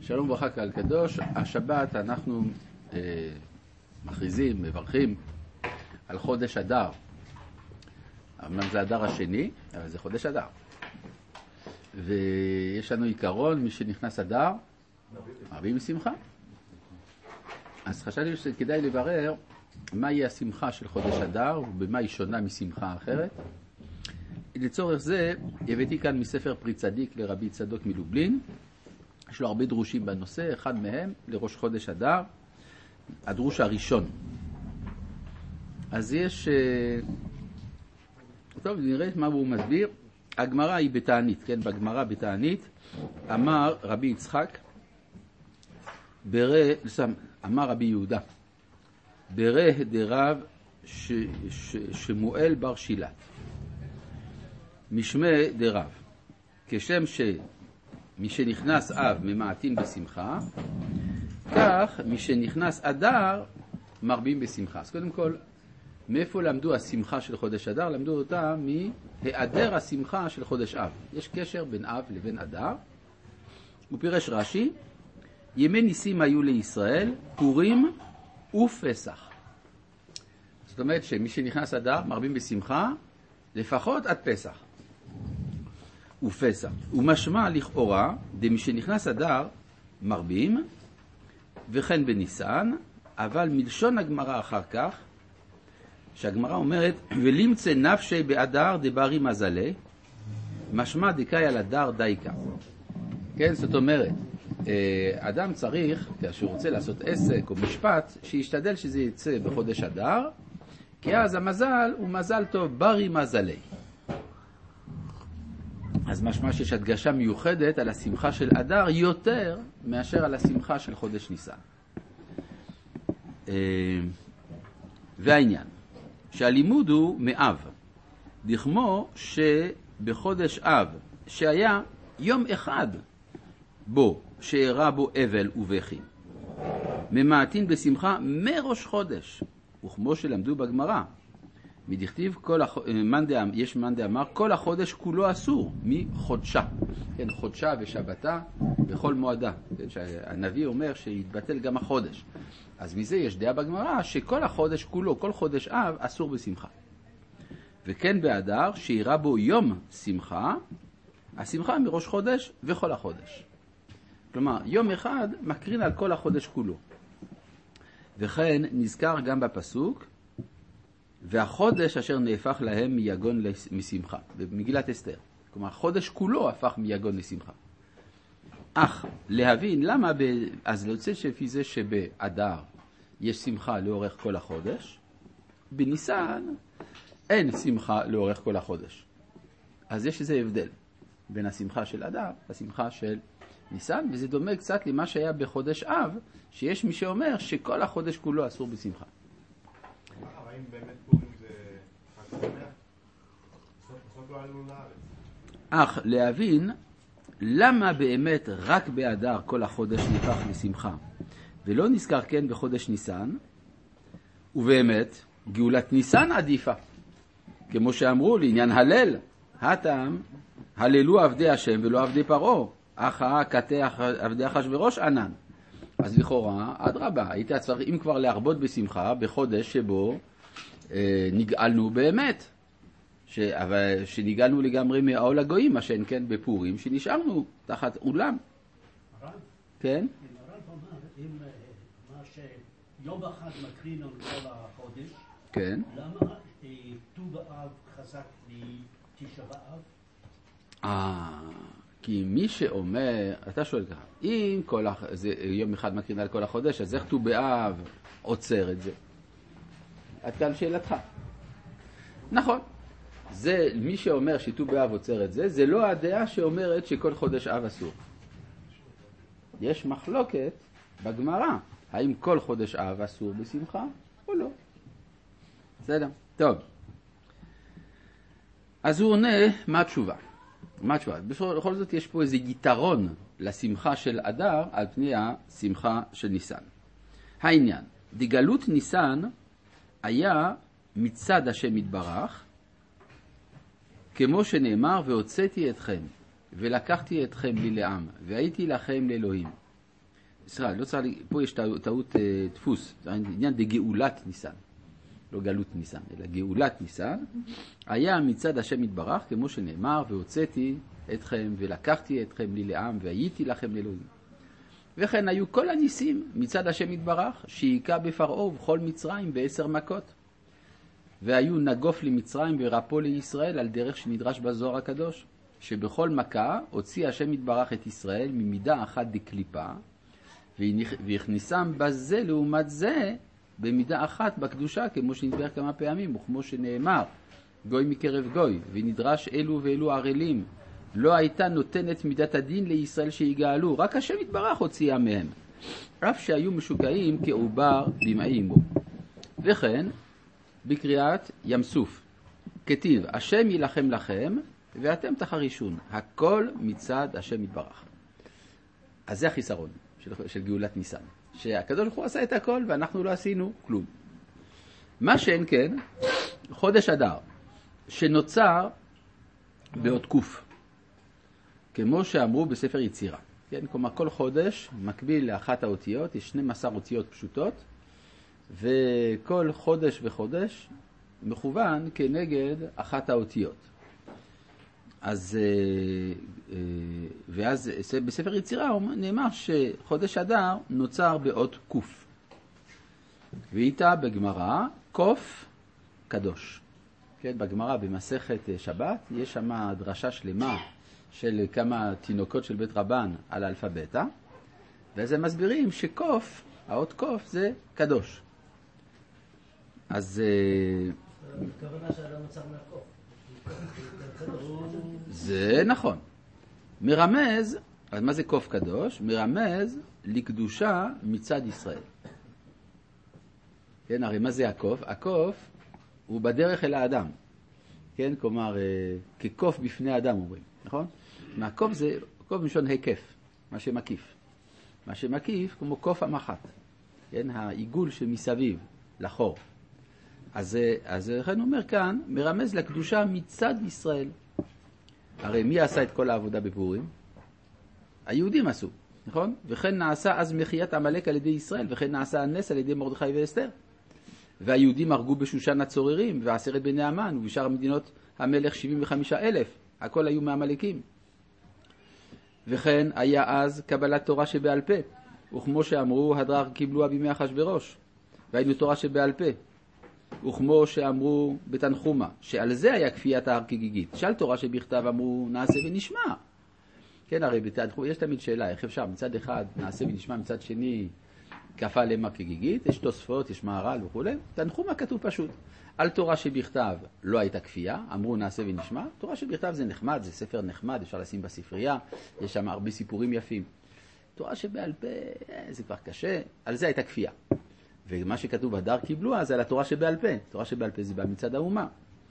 שלום וברכה קהל קדוש. השבת אנחנו מכריזים, מברכים על חודש אדר. אמנם זה אדר השני, אבל זה חודש אדר. ויש לנו עיקרון, מי שנכנס אדר, מרבים בשמחה. אז חשבתי שכדאי לברר מהי השמחה של חודש אדר ובמה היא שונה משמחה אחרת. לצורך זה הבאתי כאן מספר פרי צדיק לרבי צדוק מלובלין. יש לו הרבה דרושים בנושא, אחד מהם לראש חודש אדר, הדרוש הראשון. אז יש, טוב, נראה מה הוא מסביר. הגמרא היא בתענית, כן? בגמרא בתענית אמר רבי יצחק, אמר רבי יהודה, ברה דרב שמואל בר שילת, משמי דרב, כשם משנכנס אב ממעטין בשמחה, כך משנכנס אדר מרבים בשמחה. אז קודם כל, מאיפה למדו השמחה של חודש אדר? למדו אותה מהיעדר השמחה של חודש אב. יש קשר בין אב לבין אדר. הוא פירש רש"י, ימי ניסים היו לישראל, פורים ופסח. זאת אומרת שמי שנכנס אדר מרבים בשמחה לפחות עד פסח. ופסח. ומשמע לכאורה, דמי שנכנס אדר מרבים, וכן בניסן, אבל מלשון הגמרא אחר כך, שהגמרא אומרת, ולמצא נפשי באדר דברי מזלה, משמע דקאי על אדר דייקה. כן, זאת אומרת, אדם צריך, כשהוא רוצה לעשות עסק או משפט, שישתדל שזה יצא בחודש אדר, כי אז המזל הוא מזל טוב, ברי מזלי. אז משמע שיש הדגשה מיוחדת על השמחה של אדר יותר מאשר על השמחה של חודש ניסן. והעניין, שהלימוד הוא מאב. דכמו שבחודש אב, שהיה יום אחד בו, שאירע בו אבל ובכי, ממעטין בשמחה מראש חודש. וכמו שלמדו בגמרא, מדכתיב יש מאן דאמר כל החודש כולו אסור מחודשה, כן, חודשה ושבתה בכל מועדה, כן, שהנביא אומר שיתבטל גם החודש. אז מזה יש דעה בגמרא שכל החודש כולו, כל חודש אב אסור בשמחה. וכן באדר שאירע בו יום שמחה, השמחה מראש חודש וכל החודש. כלומר יום אחד מקרין על כל החודש כולו. וכן נזכר גם בפסוק, והחודש אשר נהפך להם מיגון משמחה, במגילת אסתר. כלומר, החודש כולו הפך מיגון לשמחה. אך להבין למה, אז להוצא שלפי זה שבאדר יש שמחה לאורך כל החודש, בניסן אין שמחה לאורך כל החודש. אז יש איזה הבדל בין השמחה של אדר לשמחה של ניסן, וזה דומה קצת למה שהיה בחודש אב, שיש מי שאומר שכל החודש כולו אסור בשמחה. האם באמת פורים זה חג שמח? בסוף לא עלו לארץ. אך להבין למה באמת רק באדר כל החודש נהפך לשמחה, ולא נזכר כן בחודש ניסן, ובאמת גאולת ניסן עדיפה. כמו שאמרו לעניין הלל, הטעם הללו עבדי השם ולא עבדי פרעה, אחא קטע עבדי אחשוורוש ענן. אז לכאורה, אדרבה, היית צריך אם כבר להרבות בשמחה בחודש שבו נגאלנו באמת, אבל שנגאלנו לגמרי מהעול הגויים, מה שאין כן בפורים, שנשארנו תחת אולם. כן? הרב אמר, אם מה שיום אחד מקרין על כל החודש, כן. למה ט"ו באב חזק מתשעה באב? כי מי שאומר, אתה שואל ככה, אם זה יום אחד מקרין על כל החודש, אז איך ט"ו באב עוצר את זה? עד כאן שאלתך. נכון. זה, מי שאומר שט"ו באב עוצר את זה, זה לא הדעה שאומרת שכל חודש אב אסור. יש מחלוקת בגמרא, האם כל חודש אב אסור בשמחה או לא. בסדר? טוב. אז הוא עונה, מה התשובה? בכל זאת יש פה איזה יתרון לשמחה של אדר על פני השמחה של ניסן. העניין, דגלות ניסן היה מצד השם יתברך, כמו שנאמר, והוצאתי אתכם ולקחתי אתכם לי לעם והייתי לכם לאלוהים. סליחה, לא צריך, פה יש טעות דפוס, זה עניין דגאולת ניסן, לא גלות ניסן, אלא גאולת ניסן, היה מצד השם יתברך, כמו שנאמר, והוצאתי אתכם ולקחתי אתכם לי לעם והייתי לכם לאלוהים. וכן היו כל הניסים מצד השם יתברך, שהיכה בפרעה ובכל מצרים ב10 מכות. והיו נגוף למצרים ורפו לישראל על דרך שנדרש בזוהר הקדוש, שבכל מכה הוציא השם יתברך את ישראל ממידה אחת דקליפה, והכניסם בזה לעומת זה במידה אחת בקדושה, כמו שנדבר כמה פעמים, וכמו שנאמר, גוי מקרב גוי, ונדרש אלו ואלו ערלים, לא הייתה נותנת מידת הדין לישראל שיגאלו, רק השם יתברך הוציאה מהם, אף שהיו משוקעים כעובר במעי אמו. וכן, בקריאת ים סוף, כתיב, השם ילחם לכם, ואתם תחרישון, הכל מצד השם יתברך. אז זה החיסרון של גאולת ניסן, שהקדוש ברוך הוא עשה את הכל ואנחנו לא עשינו כלום. מה שאין כן, חודש אדר, שנוצר באות קוף, כמו שאמרו בספר יצירה. כן? כלומר, כל חודש מקביל לאחת האותיות, יש 12 אותיות פשוטות, וכל חודש וחודש מכוון כנגד אחת האותיות. אז, ואז בספר יצירה נאמר שחודש אדר נוצר באות קוף. ואיתה בגמרא קוף קדוש. כן, בגמרא במסכת שבת יש שם דרשה שלמה של כמה תינוקות של בית רבן על האלפבתה, ואז הם מסבירים שקוף, האות קוף זה קדוש. אז הכוונה שאדם נוצר מהקוף. זה נכון. מרמז, אז מה זה קוף קדוש? מרמז לקדושה מצד ישראל. כן, הרי מה זה הקוף? הקוף הוא בדרך אל האדם. כן, כלומר, כקוף בפני האדם אומרים, נכון? מהקוף זה, קוף משון היקף, מה שמקיף. מה שמקיף כמו קוף המחט. כן, העיגול שמסביב, לחור. אז לכן אומר כאן, מרמז לקדושה מצד ישראל. הרי מי עשה את כל העבודה בפורים? היהודים עשו, נכון? וכן נעשה אז מחיית עמלק על ידי ישראל, וכן נעשה הנס על ידי מרדכי ואסתר. והיהודים הרגו בשושן הצוררים, ועשרת בני המן, ובשאר מדינות המלך 75,000. הכל היו מעמלקים. וכן היה אז קבלת תורה שבעל פה, וכמו שאמרו, הדרר קיבלוה בימי אחשוורוש, והיינו תורה שבעל פה. וכמו שאמרו בתנחומה, שעל זה היה כפיית ההר כגיגית. שעל תורה שבכתב אמרו נעשה ונשמע. כן, הרי בתנחומה יש תמיד שאלה, איך אפשר? מצד אחד נעשה ונשמע, מצד שני כפה למה כגיגית, יש תוספות, יש מערל וכו'. תנחומה כתוב פשוט. על תורה שבכתב לא הייתה כפייה, אמרו נעשה ונשמע. תורה שבכתב זה נחמד, זה ספר נחמד, אפשר לשים בספרייה, יש שם הרבה סיפורים יפים. תורה שבעל פה, זה כבר קשה, על זה הייתה כפייה. ומה שכתוב הדר קיבלו אז על התורה שבעל פה. תורה שבעל פה זה בא מצד האומה.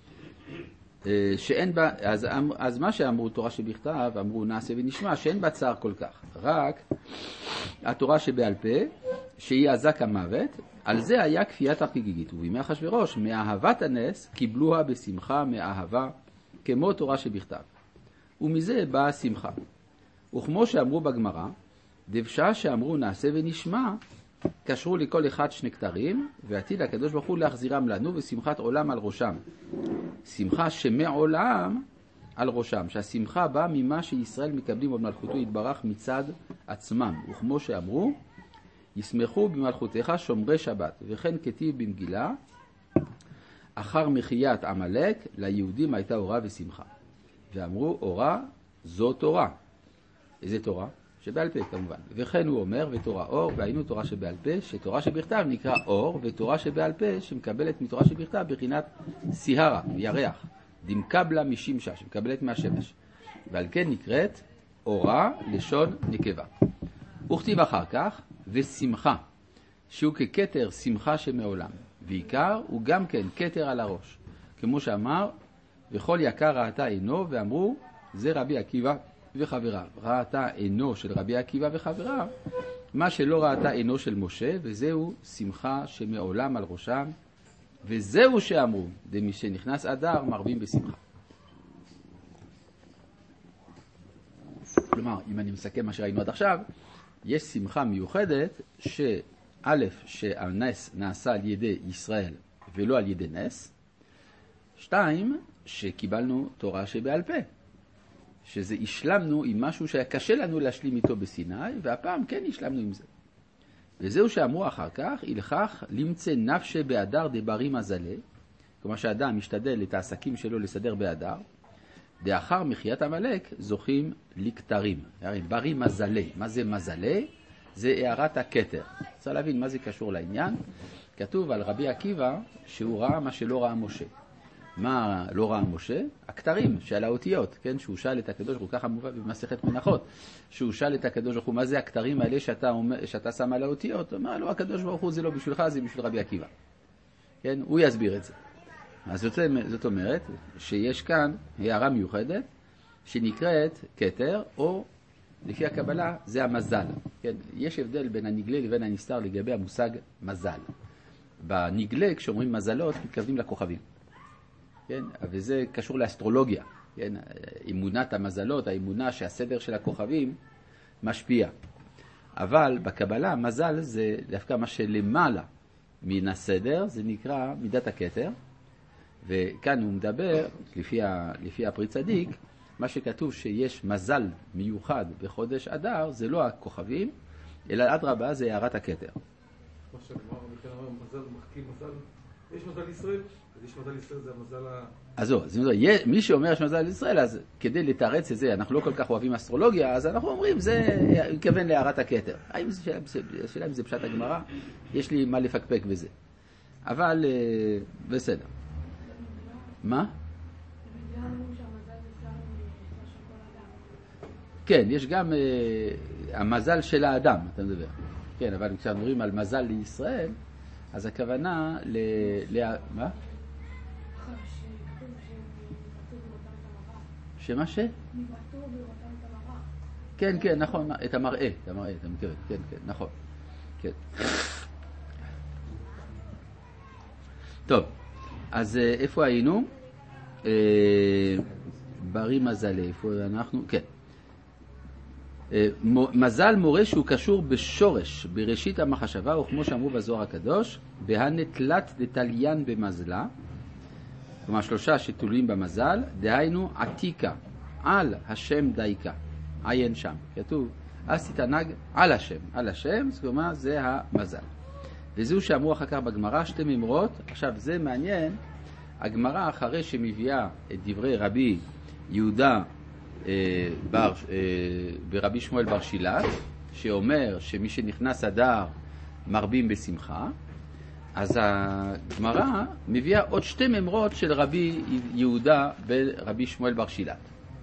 שאין בה, אז מה שאמרו תורה שבכתב, אמרו נעשה ונשמע, שאין בה צער כל כך. רק התורה שבעל פה, שהיא עזק המוות, על זה היה כפיית החגיגית. ובימי אחשוורוש, מאהבת הנס, קיבלוה בשמחה מאהבה, כמו תורה שבכתב. ומזה באה שמחה. וכמו שאמרו בגמרא, דבשה שאמרו נעשה ונשמע, קשרו לכל אחד 2 כתרים, ועתיד הקדוש ברוך הוא להחזירם לנו, ושמחת עולם על ראשם. שמחה שמעולם על ראשם, שהשמחה באה ממה שישראל מקבלים במלכותו יתברך מצד עצמם. וכמו שאמרו, ישמחו במלכותך שומרי שבת, וכן כתיב במגילה, אחר מחיית עמלק, ליהודים הייתה אורה ושמחה. ואמרו, אורה זו תורה. איזה תורה? שבעל פה כמובן. וכן הוא אומר, ותורה אור, והיינו תורה שבעל פה, שתורה שבכתב נקרא אור, ותורה שבעל פה שמקבלת מתורה שבכתב בחינת סיהרה, ירח, דמקבלה משמשה, שמקבלת מהשמש. ועל כן נקראת אורה לשון נקבה. וכתיב אחר כך, ושמחה, שהוא ככתר שמחה שמעולם. ועיקר הוא גם כן כתר על הראש. כמו שאמר, וכל יקר ראתה עינו, ואמרו, זה רבי עקיבא וחבריו. ראתה עינו של רבי עקיבא וחבריו, מה שלא ראתה עינו של משה, וזהו שמחה שמעולם על ראשם, וזהו שאמרו, דמי שנכנס אדר מרבים בשמחה. כלומר, אם אני מסכם מה שראינו עד עכשיו, יש שמחה מיוחדת שא' שהנס נעשה על ידי ישראל ולא על ידי נס, 2 שקיבלנו תורה שבעל פה, שזה השלמנו עם משהו שהיה קשה לנו להשלים איתו בסיני, והפעם כן השלמנו עם זה. וזהו שאמרו אחר כך, הלכך למצא נפשה באדר דברי מזלה, כלומר שהאדם משתדל את העסקים שלו לסדר באדר, לאחר מחיית המלאק זוכים לכתרים. הרי ברי מזלה, מה זה מזלה? זה הערת הכתר. צריך להבין מה זה קשור לעניין. כתוב על רבי עקיבא שהוא ראה מה שלא ראה משה. מה לא ראה משה? הכתרים שעל האותיות, כן? שהוא שאל את הקדוש ברוך הוא, ככה מובא במסכת מנחות, שהוא שאל את הקדוש ברוך הוא, מה זה הכתרים האלה שאתה שם על האותיות? הוא אמר לו, הקדוש ברוך הוא זה לא בשבילך, זה בשביל רבי עקיבא. כן? הוא יסביר את זה. אז זאת אומרת שיש כאן הערה מיוחדת שנקראת כתר, או לפי הקבלה זה המזל. כן? יש הבדל בין הנגלה לבין הנסתר לגבי המושג מזל. בנגלה כשאומרים מזלות מתכוונים לכוכבים. כן? וזה קשור לאסטרולוגיה. כן? אמונת המזלות, האמונה שהסדר של הכוכבים משפיע. אבל בקבלה מזל זה דווקא מה שלמעלה מן הסדר, זה נקרא מידת הכתר. וכאן הוא מדבר, לפי הפרי צדיק, מה שכתוב שיש מזל מיוחד בחודש אדר, זה לא הכוכבים, אלא אדרבה זה הערת הכתר. מה שאמר, מזל מחכים מזל, יש מזל ישראל, אז יש מזל ישראל, זה המזל אז מי שאומר יש מזל ישראל, אז כדי לתרץ את זה, אנחנו לא כל כך אוהבים אסטרולוגיה, אז אנחנו אומרים, זה מכוון להערת הכתר. השאלה אם זה פשט הגמרא, יש לי מה לפקפק בזה. אבל בסדר. מה? כן, יש גם המזל של האדם, אתה מדבר. כן, אבל כשאנחנו מדברים על מזל לישראל, אז הכוונה מה? שמה ש? כן, כן, נכון, את המראה, אתה מתכוון, כן, כן, נכון. כן. טוב, אז איפה היינו? ברי מזל, איפה אנחנו? כן. מזל מורה שהוא קשור בשורש, בראשית המחשבה, וכמו שאמרו בזוהר הקדוש, בהנטלת דתליין במזלה, כלומר 3 שתולים במזל, דהיינו עתיקה, על השם דייקה, עיין שם, כתוב, אז תתענג על השם, זאת אומרת, זה המזל. וזהו שאמרו אחר כך בגמרא 2 אמרות, עכשיו זה מעניין, הגמרא אחרי שמביאה את דברי רבי יהודה ברבי שמואל בר שילת, שאומר שמי שנכנס אדר מרבים בשמחה, אז הגמרא מביאה עוד 2 אמרות של רבי יהודה ברבי שמואל בר שילת.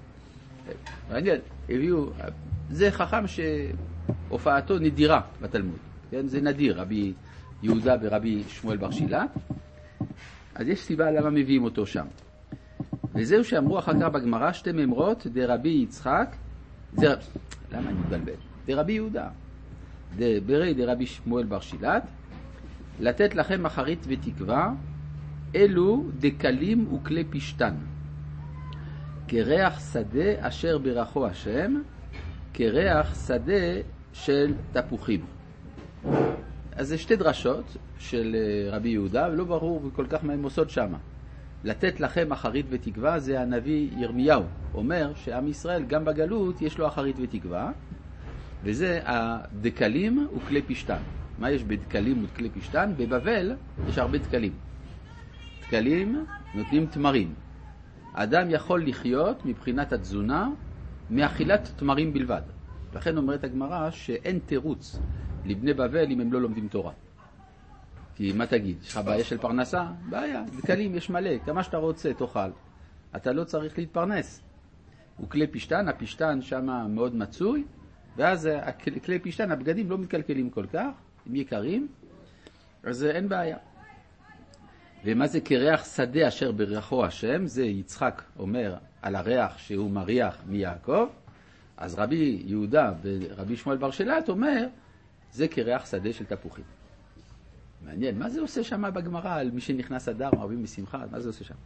זה חכם שהופעתו נדירה בתלמוד, כן? זה נדיר, רבי יהודה ברבי שמואל בר שילת, אז יש סיבה למה מביאים אותו שם. וזהו שאמרו אחר כך בגמרא 2 אמרות דרבי יצחק, למה אני מתבלבל? דרבי יהודה, דרבי שמואל בר שילת, לתת לכם אחרית ותקווה, אלו דקלים וכלי פשטן, כריח שדה אשר ברכו השם, כריח שדה של תפוחים. אז זה 2 דרשות של רבי יהודה, ולא ברור כל כך מה הם עושות שמה. לתת לכם אחרית ותקווה, זה הנביא ירמיהו, אומר שעם ישראל גם בגלות יש לו אחרית ותקווה, וזה הדקלים וכלי פשטן. מה יש בדקלים וכלי פשטן? בבבל יש הרבה דקלים. דקלים נותנים תמרים. אדם יכול לחיות מבחינת התזונה מאכילת תמרים בלבד. לכן אומרת הגמרא שאין תירוץ לבני בבל אם הם לא לומדים תורה. כי מה תגיד? יש לך בעיה של פרנסה? בעיה. דקלים יש מלא, כמה שאתה רוצה תאכל. אתה לא צריך להתפרנס. וכלי פשטן, הפשטן שם מאוד מצוי, ואז כלי פשטן, הבגדים לא מתקלקלים כל כך, הם יקרים, אז אין בעיה. ומה זה כריח שדה אשר ברכו השם? זה יצחק אומר על הריח שהוא מריח מיעקב, אז רבי יהודה ורבי שמואל בר שילת אומר, זה כריח שדה של תפוחים. מעניין, מה זה עושה שם בגמרא על מי שנכנס אדר מרבים בשמחה? מה זה עושה שם?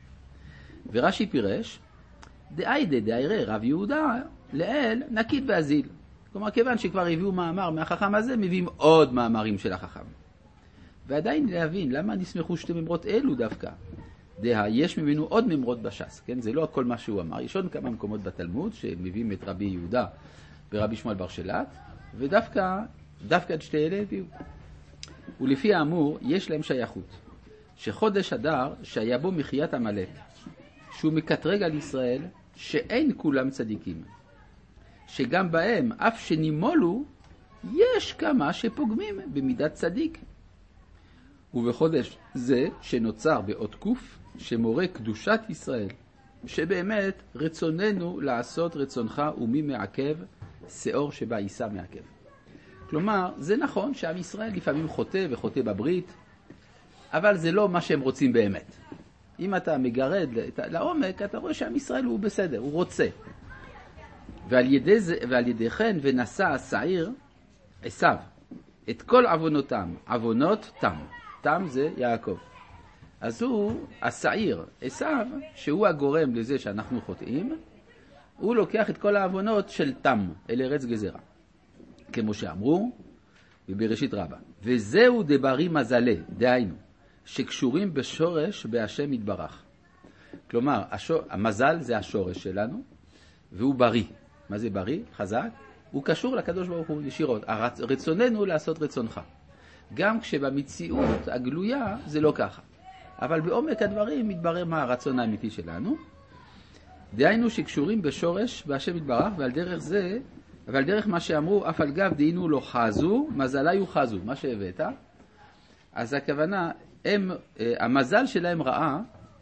ורש"י פירש, דאיידה דאיירה רב יהודה לאל נקית ואזיל. כלומר, כיוון שכבר הביאו מאמר מהחכם הזה, מביאים עוד מאמרים של החכם. ועדיין להבין למה נסמכו שתי ממרות אלו דווקא. יש ממנו עוד ממרות בש"ס, כן? זה לא הכל מה שהוא אמר. יש עוד כמה מקומות בתלמוד שמביאים את רבי יהודה ורבי שמואל בר שילת, ודווקא את שתי אלה הביאו. ולפי האמור, יש להם שייכות. שחודש אדר שהיה בו מחיית עמלק, שהוא מקטרג על ישראל, שאין כולם צדיקים. שגם בהם, אף שנימולו, יש כמה שפוגמים במידת צדיק. ובחודש זה שנוצר באות קוף, שמורה קדושת ישראל, שבאמת רצוננו לעשות רצונך ומי מעכב, שאור שבא יישא מעכב. כלומר, זה נכון שעם ישראל לפעמים חוטא וחוטא בברית, אבל זה לא מה שהם רוצים באמת. אם אתה מגרד לעומק, אתה רואה שעם ישראל הוא בסדר, הוא רוצה. ועל ידי כן ונשא השעיר עשיו את כל עוונותם, עוונות תם. תם זה יעקב. אז הוא, השעיר, עשיו, שהוא הגורם לזה שאנחנו חוטאים, הוא לוקח את כל העוונות של תם, אל ארץ גזרה. כמו שאמרו, ובראשית רבה. וזהו דברי מזלה, דהיינו, שקשורים בשורש בהשם יתברך. כלומר, המזל זה השורש שלנו, והוא בריא. מה זה בריא? חזק. הוא קשור לקדוש ברוך הוא ישירות. רצוננו לעשות רצונך. גם כשבמציאות הגלויה זה לא ככה. אבל בעומק הדברים מתברר מה הרצון האמיתי שלנו. דהיינו שקשורים בשורש בהשם יתברך, ועל דרך מה שאמרו, אף על גב דהינו לא חזו, מזלה יוחזו. מה שהבאת. אז הכוונה, המזל שלהם רעה,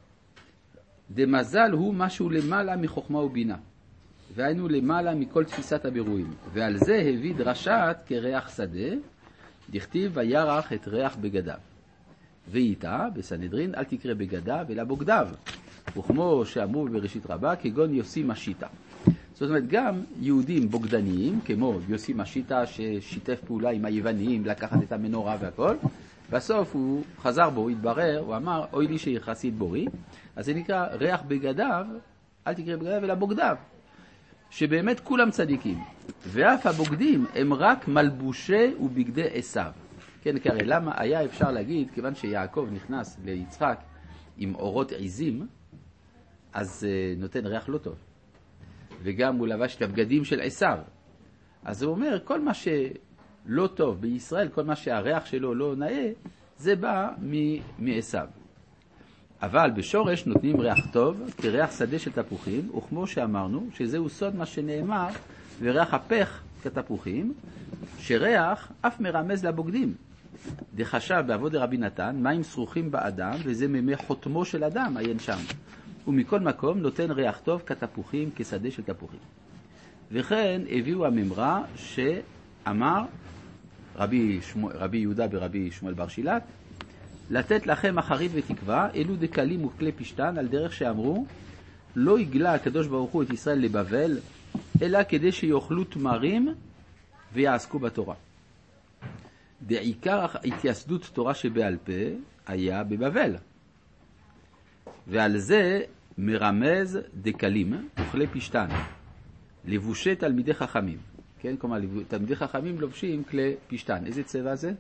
דמזל הוא משהו למעלה מחוכמה ובינה. והיינו למעלה מכל תפיסת הבירואים. ועל זה הביא דרשת כריח שדה, דכתיב וירח את ריח בגדיו. ואיתה, בסנהדרין, אל תקרא בגדיו אלא בוגדיו. וכמו שאמרו בראשית רבה, כגון יוסי משיטה. זאת אומרת, גם יהודים בוגדניים, כמו יוסי משיטה ששיתף פעולה עם היוונים, לקחת את המנורה והכל, בסוף הוא חזר בו, התברר, הוא אמר, אוי לי שיחסי את בורי. אז זה נקרא ריח בגדיו, אל תקרא בגדיו אלא בוגדיו. שבאמת כולם צדיקים. ואף הבוגדים הם רק מלבושי ובגדי עשיו. כן, כי הרי למה היה אפשר להגיד, כיוון שיעקב נכנס ליצחק עם אורות עזים, אז נותן ריח לא טוב. וגם הוא לבש את הבגדים של עשיו. אז הוא אומר, כל מה שלא טוב בישראל, כל מה שהריח שלו לא נאה, זה בא מעשיו. אבל בשורש נותנים ריח טוב, כריח שדה של תפוחים, וכמו שאמרנו, שזהו סוד מה שנאמר, וריח הפך כתפוחים, שריח אף מרמז לבוגדים. דחשב בעבוד רבי נתן, מים שרוכים באדם, וזה ממי חותמו של אדם, עיין שם. ומכל מקום נותן ריח טוב כתפוחים, כשדה של תפוחים. וכן הביאו הממרה שאמר רבי יהודה ברבי שמואל בר שילת, לתת לכם אחרית ותקווה, אלו דקלים וכלי פשטן, על דרך שאמרו, לא יגלה הקדוש ברוך הוא את ישראל לבבל, אלא כדי שיאכלו תמרים ויעסקו בתורה. בעיקר התייסדות תורה שבעל פה היה בבבל. ועל זה מרמז דקלים וכלי פשטן, לבושי תלמידי חכמים. כן, כלומר, תלמידי חכמים לובשים כלי פשטן. איזה צבע זה?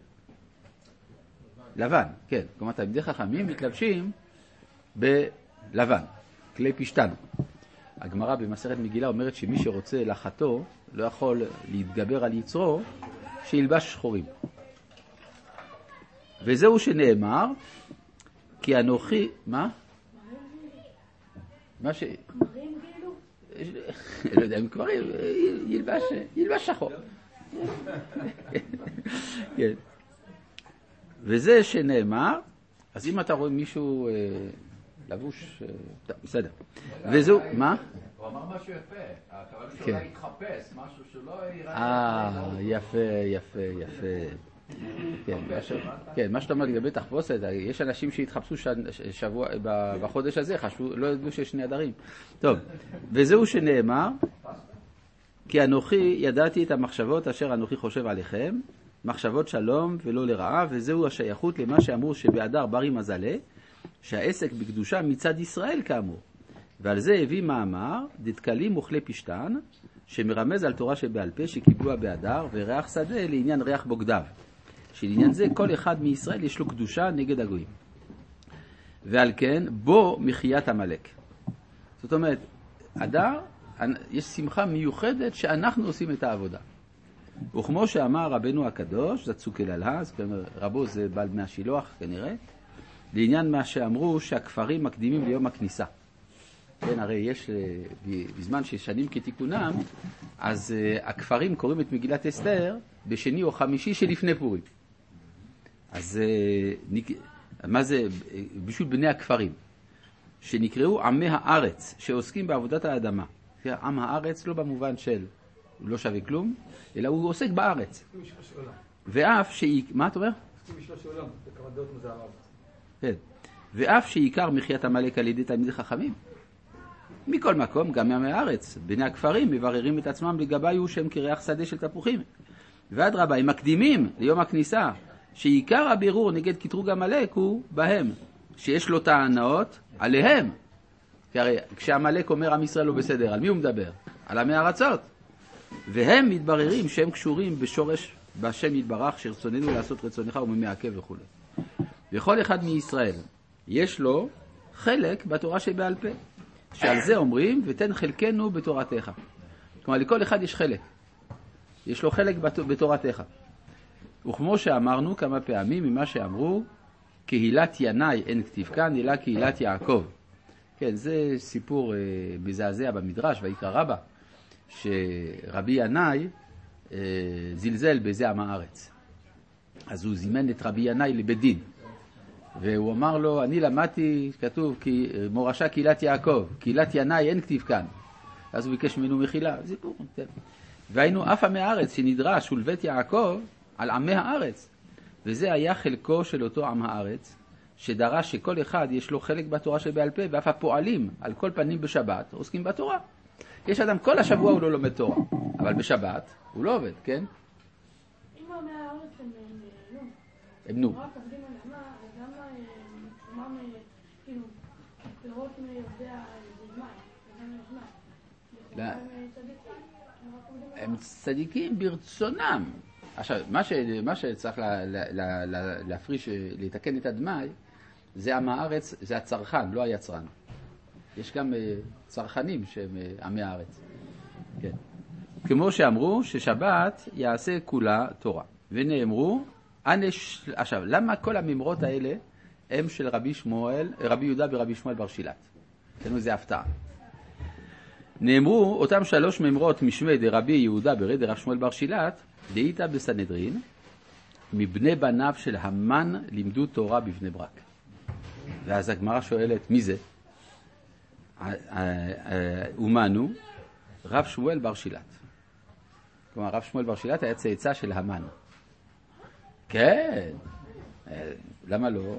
לבן, כן. כלומר, תלמידי חכמים מתלבשים בלבן, כלי פשטן. הגמרא במסכת מגילה אומרת שמי שרוצה לחתו, לא יכול להתגבר על יצרו, שילבש שחורים. וזהו שנאמר, כי אנוכי, מה? מה ש... כמרים גילו? לא יודע, אם כמרים, ילבש שחור. כן. וזה שנאמר, אז אם אתה רואה מישהו לבוש, בסדר. וזהו, מה? הוא אמר משהו יפה, הכוונה שלו להתחפש, משהו שלא יראה... יפה. כן, מה שאתה אומר לגבי תחפושת, יש אנשים שהתחפשו בחודש הזה, לא ידעו שיש שני אדרים. טוב, וזהו שנאמר, כי אנוכי ידעתי את המחשבות אשר אנוכי חושב עליכם, מחשבות שלום ולא לרעה, וזהו השייכות למה שאמרו שבאדר ברי מזלה, שהעסק בקדושה מצד ישראל כאמור. ועל זה הביא מאמר, דתקלים אוכלי פשטן, שמרמז על תורה שבעל פה שקיבלוה באדר, וריח שדה לעניין ריח בוגדיו. שלעניין זה כל אחד מישראל יש לו קדושה נגד הגויים. ועל כן, בו מחיית המלאק. זאת אומרת, אדר, יש שמחה מיוחדת שאנחנו עושים את העבודה. וכמו שאמר רבנו הקדוש, זה צוק אל אלהה, זאת אומרת, רבו זה בעל בני השילוח כנראה, לעניין מה שאמרו שהכפרים מקדימים ליום הכניסה. כן, הרי יש, בזמן ששנים כתיקונם, אז הכפרים קוראים את מגילת אסתר בשני או חמישי שלפני פורים. אז מה זה? בשביל בני הכפרים, שנקראו עמי הארץ, שעוסקים בעבודת האדמה. עם הארץ לא במובן של, הוא לא שווה כלום, אלא הוא עוסק בארץ. ואף מה אתה אומר? כן. ואף שעיקר מחיית המלאק על ידי תלמידי חכמים. מכל מקום, גם מעמי הארץ, בני הכפרים מבררים את עצמם לגביו שהם כריח שדה של תפוחים. ועד רבה, הם מקדימים ליום הכניסה, שעיקר הבירור נגד קטרוג המלאק הוא בהם, שיש לו טענות עליהם. כי הרי כשהמלאק אומר עם ישראל לא בסדר, על מי הוא מדבר? על עמי הארצות. והם מתבררים שהם קשורים בשורש בשם יתברך, שרצוננו לעשות רצונך וממעכב וכו'. וכל אחד מישראל יש לו חלק בתורה שבעל פה, שעל זה אומרים ותן חלקנו בתורתך. כלומר, לכל אחד יש חלק. יש לו חלק בתורתך. וכמו שאמרנו כמה פעמים ממה שאמרו, קהילת ינאי אין כתיב כאן, אלא קהילת יעקב. כן, זה סיפור מזעזע במדרש, ויקרא רבא, שרבי ינאי זלזל בזה עם הארץ. אז הוא זימן את רבי ינאי לבית דין. והוא אמר לו, אני למדתי, כתוב, מורשה קהילת יעקב, קהילת ינאי אין כתיב כאן. אז הוא ביקש ממנו מחילה, סיפור. והיינו אף עמי הארץ שנדרש ולבית יעקב על עמי הארץ. וזה היה חלקו של אותו עם הארץ, שדרש שכל אחד יש לו חלק בתורה שבעל פה, ואף הפועלים על כל פנים בשבת עוסקים בתורה. יש אדם, כל השבוע הוא לא לומד תורה, אבל בשבת הוא לא עובד, כן? אם עמי הארץ הם נו. רק עובדים על עמה, וגם עצמם, כאילו, פירות מיודע זמן, וגם זמן. הם צדיקים ברצונם. עכשיו, מה שצריך להפריש, לתקן את הדמי, זה עם הארץ, זה הצרכן, לא היצרן. יש גם צרכנים שהם עמי הארץ. כן. כמו שאמרו ששבת יעשה כולה תורה. ונאמרו, עכשיו, למה כל הממרות האלה הם של רבי יהודה ורבי שמואל בר שילת? תראו, זה הפתעה. נאמרו אותם 3 ממרות משמי דרבי יהודה ברי דרב שמואל בר שילת, דאיתא בסנהדרין, מבני בניו של המן לימדו תורה בבני ברק. ואז הגמרא שואלת, מי זה? אומנו, רב שמואל בר שילת. כלומר, רב שמואל בר שילת היה צאצא של המן. כן, למה לא?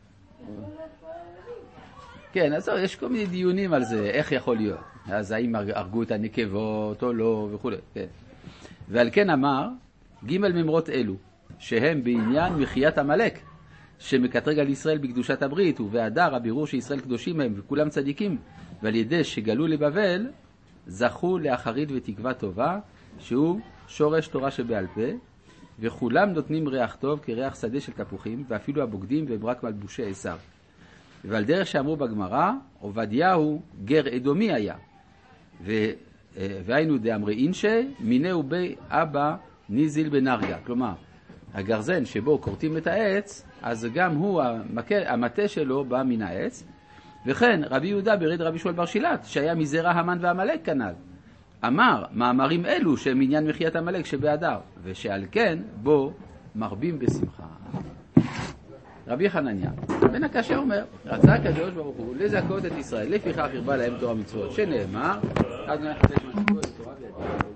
כן, אז יש כל מיני דיונים על זה, איך יכול להיות. אז האם הרגו את הנקבות או לא וכו'. כן. ועל כן אמר, ג' ממרות אלו, שהם בעניין מחיית המלאק, שמקטרג על ישראל בקדושת הברית, ובהדר הבירור שישראל קדושים הם וכולם צדיקים, ועל ידי שגלו לבבל, זכו לאחרית ותקווה טובה, שהוא שורש תורה שבעל פה, וכולם נותנים ריח טוב כריח שדה של תפוחים, ואפילו הבוגדים והם רק מלבושי עשיו. ועל דרך שאמרו בגמרא, עובדיהו גר אדומי היה, והיינו דאמרי אינשה, מינהו בי אבא ניזיל בנרגה. כלומר, הגרזן שבו קורטים את העץ, אז גם הוא, המטה שלו בא מן העץ. וכן, רבי יהודה ברד רבי שמואל בר שילת, שהיה מזרע המן והמלאק כנ"ל, אמר מאמרים אלו שהם עניין מחיית המלאק שבאדר, ושעל כן בו מרבים בשמחה. רבי חנניה בן הקשה אומר, רצה הקדוש ברוך הוא לזכות את ישראל, לפיכך הרבה להם תורה מצוות, שנאמר, עד 105 מצוות תורה וידעה.